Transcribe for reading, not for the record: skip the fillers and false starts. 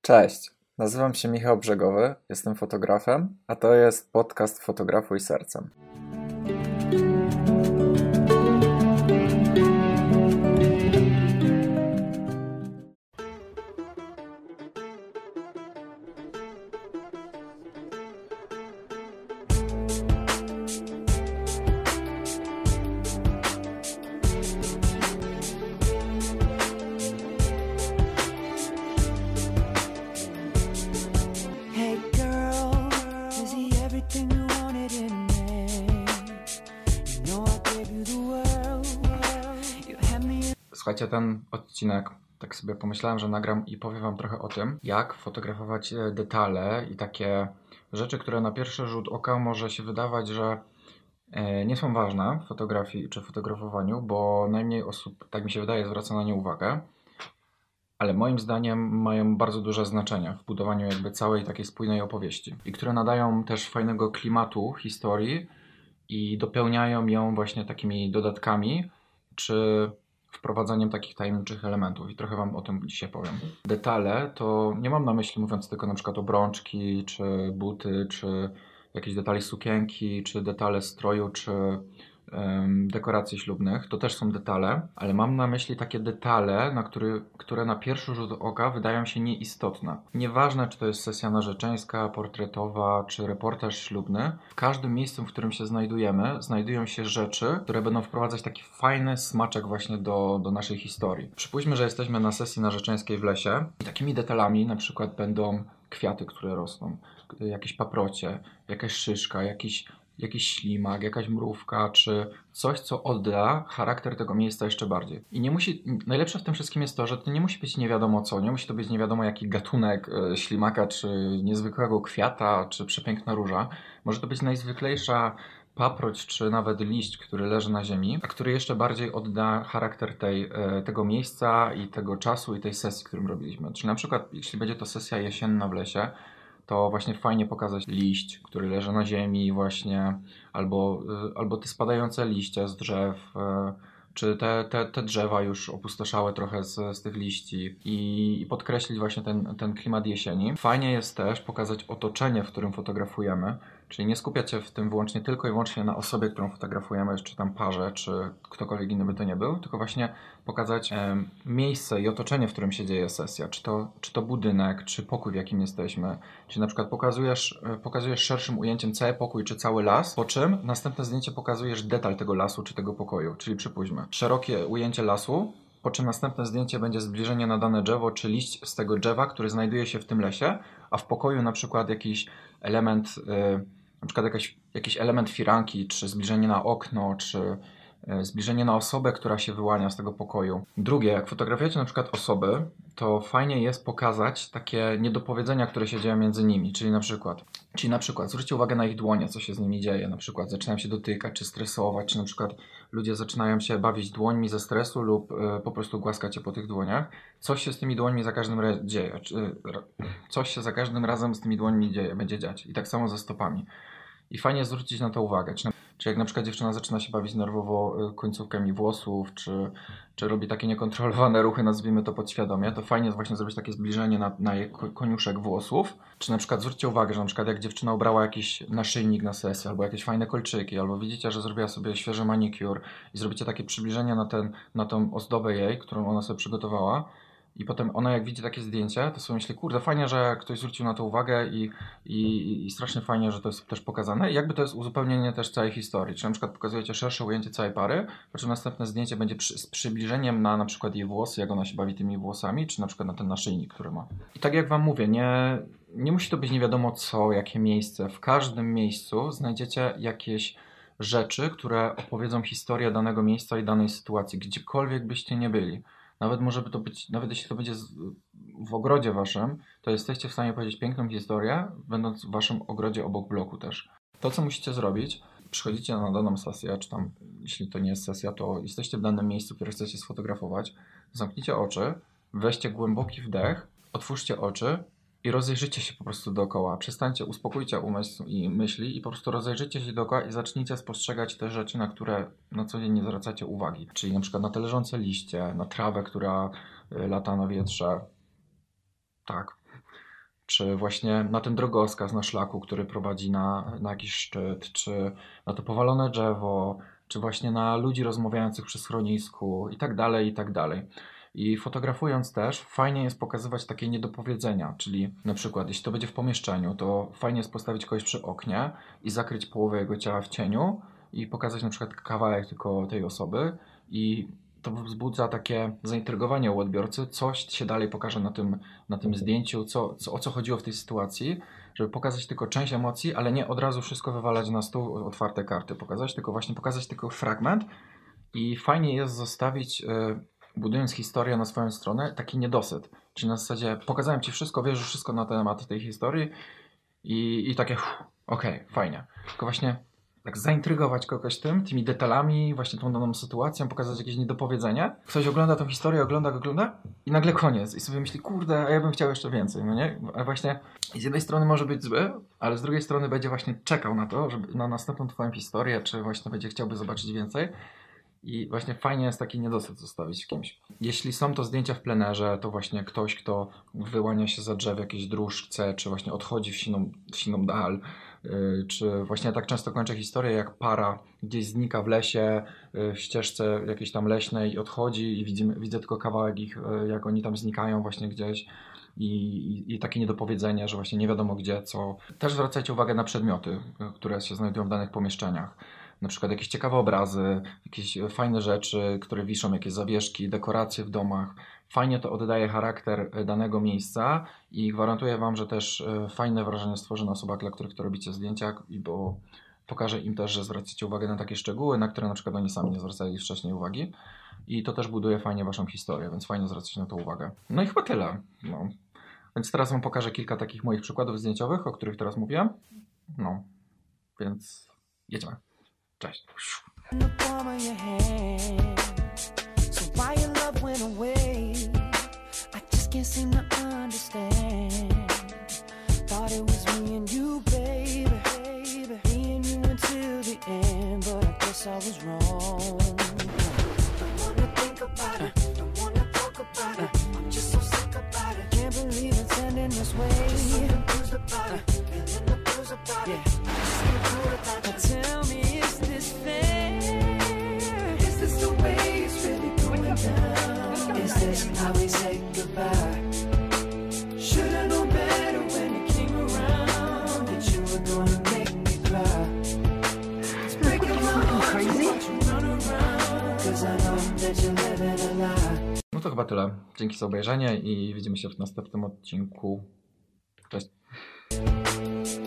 Cześć, nazywam się Michał Brzegowy, jestem fotografem, a to jest podcast Fotografuj Sercem. Słuchajcie, ten odcinek, tak sobie pomyślałem, że nagram i powiem wam trochę o tym, jak fotografować detale i takie rzeczy, które na pierwszy rzut oka może się wydawać, że nie są ważne w fotografii czy fotografowaniu, bo najmniej osób, tak mi się wydaje, zwraca na nie uwagę, ale moim zdaniem mają bardzo duże znaczenie w budowaniu jakby całej takiej spójnej opowieści i które nadają też fajnego klimatu historii i dopełniają ją właśnie takimi dodatkami czy wprowadzaniem takich tajemniczych elementów i trochę wam o tym dzisiaj powiem. Detale to nie mam na myśli mówiąc tylko na przykład obrączki, czy buty, czy jakieś detale sukienki, czy detale stroju, czy dekoracji ślubnych. To też są detale, ale mam na myśli takie detale, które na pierwszy rzut oka wydają się nieistotne. Nieważne, czy to jest sesja narzeczeńska, portretowa, czy reportaż ślubny. W każdym miejscu, w którym się znajdujemy, znajdują się rzeczy, które będą wprowadzać taki fajny smaczek właśnie do naszej historii. Przypuśćmy, że jesteśmy na sesji narzeczeńskiej w lesie i takimi detalami na przykład będą kwiaty, które rosną, jakieś paprocie, jakaś szyszka, jakiś ślimak, jakaś mrówka, czy coś, co odda charakter tego miejsca jeszcze bardziej. I nie musi, najlepsze w tym wszystkim jest to, że to nie musi być nie wiadomo co, nie musi to być nie wiadomo jaki gatunek ślimaka, czy niezwykłego kwiata, czy przepiękna róża. Może to być najzwyklejsza paproć, czy nawet liść, który leży na ziemi, a który jeszcze bardziej odda charakter tego miejsca i tego czasu i tej sesji, którym robiliśmy. Czyli na przykład, jeśli będzie to sesja jesienna w lesie, to właśnie fajnie pokazać liść, który leży na ziemi właśnie, albo te spadające liście z drzew, czy te drzewa już opustoszałe trochę z tych liści i podkreślić właśnie ten klimat jesieni. Fajnie jest też pokazać otoczenie, w którym fotografujemy, czyli nie skupiać się w tym tylko i wyłącznie na osobie, którą fotografujemy, czy tam parze, czy ktokolwiek inny by to nie był, tylko właśnie pokazać miejsce i otoczenie, w którym się dzieje sesja, czy to budynek, czy pokój, w jakim jesteśmy, czyli na przykład pokazujesz szerszym ujęciem cały pokój, czy cały las, po czym następne zdjęcie pokazujesz detal tego lasu, czy tego pokoju, czyli przypuśćmy szerokie ujęcie lasu, po czym następne zdjęcie będzie zbliżenie na dane drzewo, czy liść z tego drzewa, który znajduje się w tym lesie, a w pokoju na przykład jakiś element, na przykład jakiś element firanki, czy zbliżenie na okno, czy zbliżenie na osobę, która się wyłania z tego pokoju. Drugie, jak fotografujecie na przykład osoby, to fajnie jest pokazać takie niedopowiedzenia, które się dzieją między nimi, czyli na przykład zwróćcie uwagę na ich dłonie, co się z nimi dzieje, na przykład zaczynają się dotykać, czy stresować, czy na przykład ludzie zaczynają się bawić dłońmi ze stresu lub po prostu głaskać je po tych dłoniach. Coś się z tymi dłońmi za każdym dzieje, coś się za każdym razem z tymi dłońmi będzie dziać i tak samo ze stopami. I fajnie jest zwrócić na to uwagę. Czy jak na przykład dziewczyna zaczyna się bawić nerwowo końcówkami włosów, czy robi takie niekontrolowane ruchy, nazwijmy to podświadomie, to fajnie jest właśnie zrobić takie zbliżenie na jej koniuszek włosów. Czy na przykład zwróćcie uwagę, że na przykład jak dziewczyna ubrała jakiś naszyjnik na sesję, albo jakieś fajne kolczyki, albo widzicie, że zrobiła sobie świeży manikur i zrobicie takie przybliżenie na tą ozdobę jej, którą ona sobie przygotowała. I potem ona jak widzi takie zdjęcie, to sobie myśli, kurde, fajnie, że ktoś zwrócił na to uwagę i strasznie fajnie, że to jest też pokazane. I jakby to jest uzupełnienie też całej historii. Czy na przykład pokazujecie szersze ujęcie całej pary, po czym następne zdjęcie będzie z przybliżeniem na przykład jej włosy, jak ona się bawi tymi włosami, czy na przykład na ten naszyjnik, który ma. I tak jak wam mówię, nie musi to być nie wiadomo co, jakie miejsce. W każdym miejscu znajdziecie jakieś rzeczy, które opowiedzą historię danego miejsca i danej sytuacji, gdziekolwiek byście nie byli. Nawet może by to być, nawet jeśli to będzie w ogrodzie waszym, to jesteście w stanie powiedzieć piękną historię, będąc w waszym ogrodzie obok bloku też. To, co musicie zrobić, przychodzicie na daną sesję, czy tam, jeśli to nie jest sesja, to jesteście w danym miejscu, które chcecie sfotografować, zamknijcie oczy, weźcie głęboki wdech, otwórzcie oczy i rozejrzyjcie się po prostu dookoła. Przestańcie, uspokójcie umysł i myśli i po prostu rozejrzyjcie się dookoła i zacznijcie spostrzegać te rzeczy, na które na co dzień nie zwracacie uwagi. Czyli na przykład na te leżące liście, na trawę, która lata na wietrze. Tak. czy właśnie na ten drogowskaz na szlaku, który prowadzi na jakiś szczyt, czy na to powalone drzewo, czy właśnie na ludzi rozmawiających przy schronisku i tak dalej, i tak dalej. I fotografując też fajnie jest pokazywać takie niedopowiedzenia, czyli na przykład jeśli to będzie w pomieszczeniu, to fajnie jest postawić kogoś przy oknie i zakryć połowę jego ciała w cieniu i pokazać na przykład kawałek tylko tej osoby i to wzbudza takie zaintrygowanie u odbiorcy, coś się dalej pokaże na tym zdjęciu, o co chodziło w tej sytuacji, żeby pokazać tylko część emocji, ale nie od razu wszystko wywalać na stół, otwarte karty pokazać, tylko właśnie pokazać tylko fragment i fajnie jest zostawić, budując historię na swoją stronę, taki niedosyt. Czyli na zasadzie pokazałem Ci wszystko, wiesz już wszystko na temat tej historii i takie okej, fajnie. Tylko właśnie tak zaintrygować kogoś tymi detalami, właśnie tą daną sytuacją, pokazać jakieś niedopowiedzenie. Ktoś ogląda tą historię, ogląda i nagle koniec. I sobie myśli, kurde, a ja bym chciał jeszcze więcej, no nie? Ale właśnie z jednej strony może być zły, ale z drugiej strony będzie właśnie czekał na to, żeby na następną Twoją historię, czy właśnie będzie chciałby zobaczyć więcej. I właśnie fajnie jest taki niedosyt zostawić w kimś. Jeśli są to zdjęcia w plenerze, to właśnie ktoś, kto wyłania się za drzew jakiejś dróżce, czy właśnie odchodzi w siną dal, czy właśnie tak często kończę historię, jak para gdzieś znika w lesie, w ścieżce jakiejś tam leśnej i odchodzi i widzę tylko kawałek ich, jak oni tam znikają właśnie gdzieś. I takie niedopowiedzenie, że właśnie nie wiadomo gdzie, co. Też zwracajcie uwagę na przedmioty, które się znajdują w danych pomieszczeniach. Na przykład jakieś ciekawe obrazy, jakieś fajne rzeczy, które wiszą, jakieś zawieszki, dekoracje w domach. Fajnie to oddaje charakter danego miejsca i gwarantuję Wam, że też fajne wrażenie stworzy na osobach, dla których to robicie zdjęcia, bo pokaże im też, że zwracacie uwagę na takie szczegóły, na które na przykład oni sami nie zwracali wcześniej uwagi. I to też buduje fajnie Waszą historię, więc fajnie zwracać na to uwagę. No i chyba tyle. No. Więc teraz Wam pokażę kilka takich moich przykładów zdjęciowych, o których teraz mówiłem. No, więc jedziemy. Cześć. How we say goodbye. Should've known better when you came around that you were gonna make me cry. It's breaking my heart to watch you run around, 'cause I know that you're living a lie. No to chyba tyle. Dzięki za obejrzenie i widzimy się w następnym odcinku. Cześć.